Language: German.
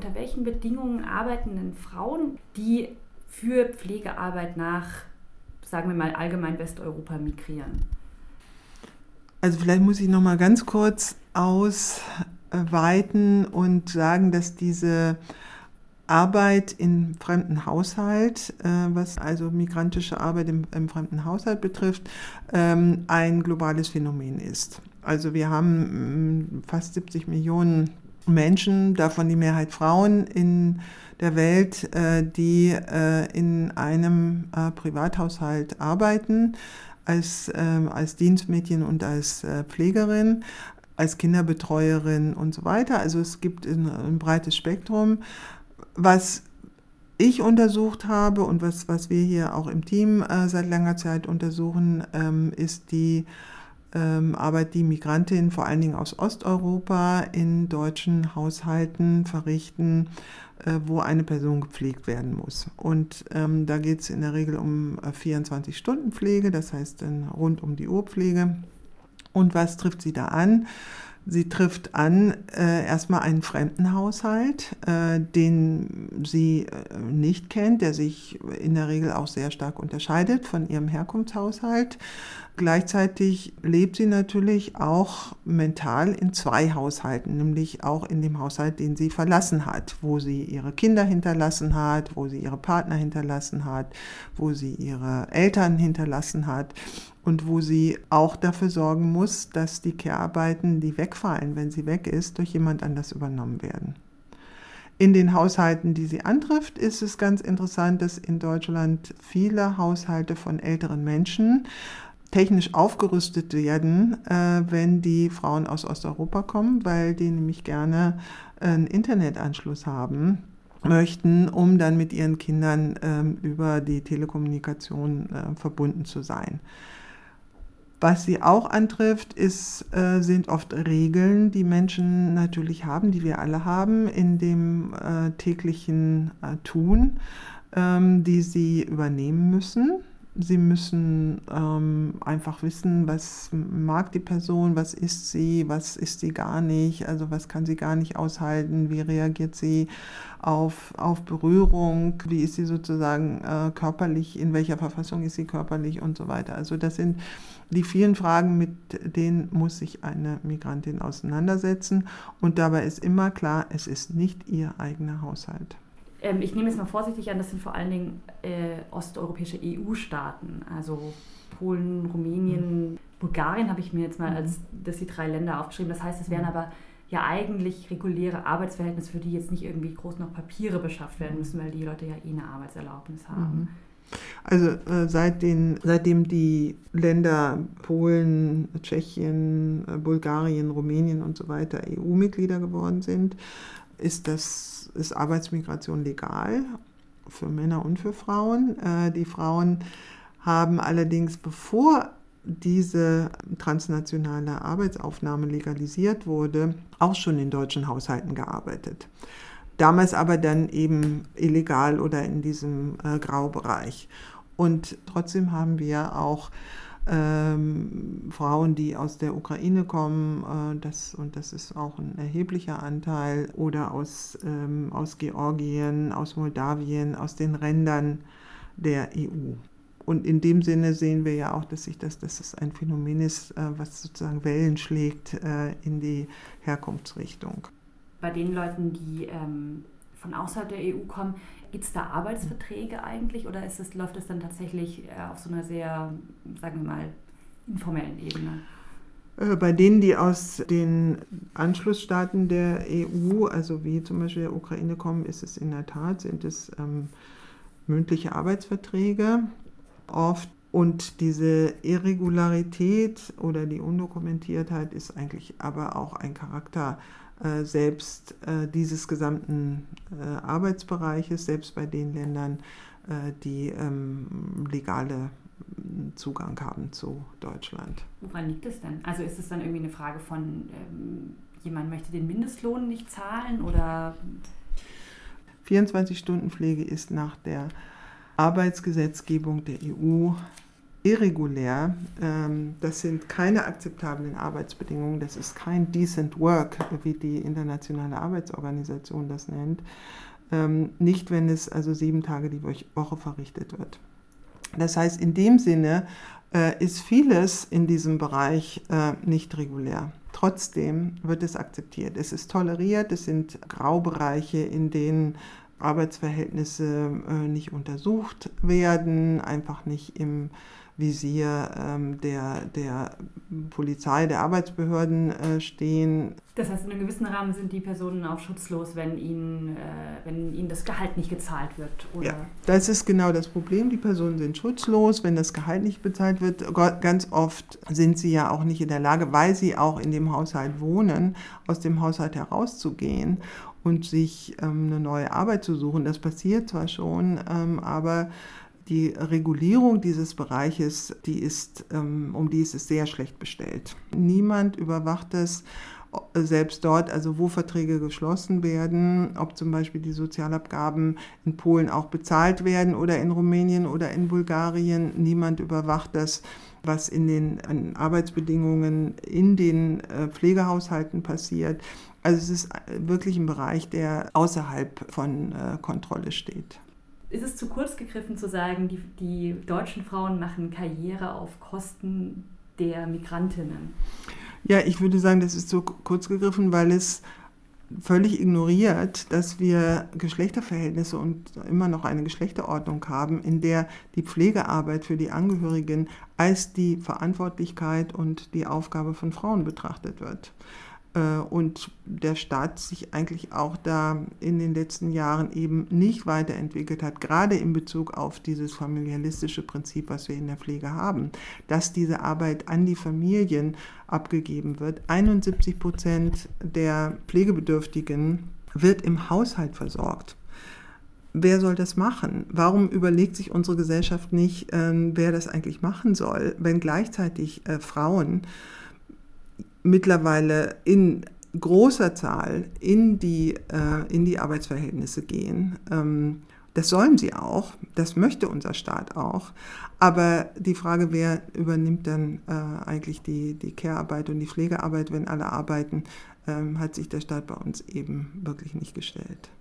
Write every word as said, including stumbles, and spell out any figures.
unter welchen Bedingungen arbeiten denn Frauen, die für Pflegearbeit nach, sagen wir mal, allgemein Westeuropa migrieren? Also vielleicht muss ich noch mal ganz kurz ausweiten und sagen, dass diese Arbeit im fremden Haushalt, äh, was also migrantische Arbeit im, im fremden Haushalt betrifft, ähm, ein globales Phänomen ist. Also wir haben mh, fast siebzig Millionen Menschen, davon die Mehrheit Frauen in der Welt, äh, die äh, in einem äh, Privathaushalt arbeiten, als, äh, als Dienstmädchen und als äh, Pflegerin, als Kinderbetreuerin und so weiter. Also es gibt ein, ein breites Spektrum. Was ich untersucht habe und was, was wir hier auch im Team äh, seit langer Zeit untersuchen, ähm, ist die ähm, Arbeit, die Migrantinnen vor allen Dingen aus Osteuropa in deutschen Haushalten verrichten, äh, wo eine Person gepflegt werden muss. Und ähm, da geht es in der Regel um äh, vierundzwanzig-Stunden-Pflege, das heißt dann rund um die Uhr Pflege. Und was trifft sie da an? Sie trifft an äh, erstmal einen fremden Haushalt, äh, den sie äh, nicht kennt, der sich in der Regel auch sehr stark unterscheidet von ihrem Herkunftshaushalt. Gleichzeitig lebt sie natürlich auch mental in zwei Haushalten, nämlich auch in dem Haushalt, den sie verlassen hat, wo sie ihre Kinder hinterlassen hat, wo sie ihre Partner hinterlassen hat, wo sie ihre Eltern hinterlassen hat. Und wo sie auch dafür sorgen muss, dass die Care-Arbeiten, die wegfallen, wenn sie weg ist, durch jemand anders übernommen werden. In den Haushalten, die sie antrifft, ist es ganz interessant, dass in Deutschland viele Haushalte von älteren Menschen technisch aufgerüstet werden, äh, wenn die Frauen aus Osteuropa kommen, weil die nämlich gerne einen Internetanschluss haben möchten, um dann mit ihren Kindern ähm, über die Telekommunikation äh, verbunden zu sein. Was sie auch antrifft, ist, äh, sind oft Regeln, die Menschen natürlich haben, die wir alle haben, in dem äh, täglichen äh, Tun, ähm, die sie übernehmen müssen. Sie müssen ähm, einfach wissen, was mag die Person, was isst sie, was isst sie gar nicht, also was kann sie gar nicht aushalten, wie reagiert sie auf, auf Berührung, wie ist sie sozusagen äh, körperlich, in welcher Verfassung ist sie körperlich und so weiter. Also das sind die vielen Fragen, mit denen muss sich eine Migrantin auseinandersetzen. Und dabei ist immer klar, es ist nicht ihr eigener Haushalt. Ähm, ich nehme jetzt mal vorsichtig an, das sind vor allen Dingen äh, osteuropäische E U-Staaten, also Polen, Rumänien, mhm. Bulgarien habe ich mir jetzt mal mhm. als das die drei Länder aufgeschrieben. Das heißt, es wären mhm. aber ja eigentlich reguläre Arbeitsverhältnisse, für die jetzt nicht irgendwie groß noch Papiere beschafft werden müssen, weil die Leute ja eh eine Arbeitserlaubnis haben. Mhm. Also äh, seit den, seitdem die Länder Polen, Tschechien, äh, Bulgarien, Rumänien und so weiter E U-Mitglieder geworden sind, ist, das, ist Arbeitsmigration legal für Männer und für Frauen. Äh, die Frauen haben allerdings, bevor diese transnationale Arbeitsaufnahme legalisiert wurde, auch schon in deutschen Haushalten gearbeitet. Damals aber dann eben illegal oder in diesem äh, Graubereich. Und trotzdem haben wir auch ähm, Frauen, die aus der Ukraine kommen, äh, das, und das ist auch ein erheblicher Anteil, oder aus, ähm, aus Georgien, aus Moldawien, aus den Rändern der E U. Und in dem Sinne sehen wir ja auch, dass sich das, dass es ein Phänomen ist, äh, was sozusagen Wellen schlägt äh, in die Herkunftsrichtung. Bei den Leuten, die ähm, von außerhalb der E U kommen, gibt es da Arbeitsverträge eigentlich oder ist es, läuft es dann tatsächlich äh, auf so einer sehr, sagen wir mal, informellen Ebene? Äh, bei denen, die aus den Anschlussstaaten der E U, also wie zum Beispiel der Ukraine kommen, ist es in der Tat, sind es ähm, mündliche Arbeitsverträge oft. Und diese Irregularität oder die Undokumentiertheit ist eigentlich aber auch ein Charakter äh, selbst äh, dieses gesamten äh, Arbeitsbereiches, selbst bei den Ländern, äh, die ähm, legale Zugang haben zu Deutschland. Woran liegt es denn? Also ist es dann irgendwie eine Frage von, ähm, jemand möchte den Mindestlohn nicht zahlen oder? vierundzwanzig Stunden Pflege ist nach der Arbeitsgesetzgebung der E U irregulär. Das sind keine akzeptablen Arbeitsbedingungen, das ist kein decent work, wie die Internationale Arbeitsorganisation das nennt. Nicht, wenn es also sieben Tage die Woche verrichtet wird. Das heißt, in dem Sinne ist vieles in diesem Bereich nicht regulär. Trotzdem wird es akzeptiert. Es ist toleriert, es sind Graubereiche, in denen Arbeitsverhältnisse nicht untersucht werden, einfach nicht im Visier ähm, der, der Polizei, der Arbeitsbehörden äh, stehen. Das heißt, in einem gewissen Rahmen sind die Personen auch schutzlos, wenn ihnen, äh, wenn ihnen das Gehalt nicht gezahlt wird? Oder? Ja, das ist genau das Problem. Die Personen sind schutzlos, wenn das Gehalt nicht bezahlt wird. Ganz oft sind sie ja auch nicht in der Lage, weil sie auch in dem Haushalt wohnen, aus dem Haushalt herauszugehen und sich ähm, eine neue Arbeit zu suchen. Das passiert zwar schon, ähm, aber die Regulierung dieses Bereiches, die ist, um die ist es sehr schlecht bestellt. Niemand überwacht es, selbst dort, also wo Verträge geschlossen werden, ob zum Beispiel die Sozialabgaben in Polen auch bezahlt werden oder in Rumänien oder in Bulgarien. Niemand überwacht das, was in den Arbeitsbedingungen in den Pflegehaushalten passiert. Also es ist wirklich ein Bereich, der außerhalb von Kontrolle steht. Ist es zu kurz gegriffen zu sagen, die, die deutschen Frauen machen Karriere auf Kosten der Migrantinnen? Ja, ich würde sagen, das ist zu kurz gegriffen, weil es völlig ignoriert, dass wir Geschlechterverhältnisse und immer noch eine Geschlechterordnung haben, in der die Pflegearbeit für die Angehörigen als die Verantwortlichkeit und die Aufgabe von Frauen betrachtet wird. Und der Staat sich eigentlich auch da in den letzten Jahren eben nicht weiterentwickelt hat, gerade in Bezug auf dieses familialistische Prinzip, was wir in der Pflege haben, dass diese Arbeit an die Familien abgegeben wird. einundsiebzig Prozent der Pflegebedürftigen wird im Haushalt versorgt. Wer soll das machen? Warum überlegt sich unsere Gesellschaft nicht, äh, wer das eigentlich machen soll, wenn gleichzeitig äh, Frauen mittlerweile in großer Zahl in die, äh, in die Arbeitsverhältnisse gehen. Ähm, das sollen sie auch, das möchte unser Staat auch. Aber die Frage, wer übernimmt dann äh, eigentlich die, die Care-Arbeit und die Pflegearbeit, wenn alle arbeiten, ähm, hat sich der Staat bei uns eben wirklich nicht gestellt.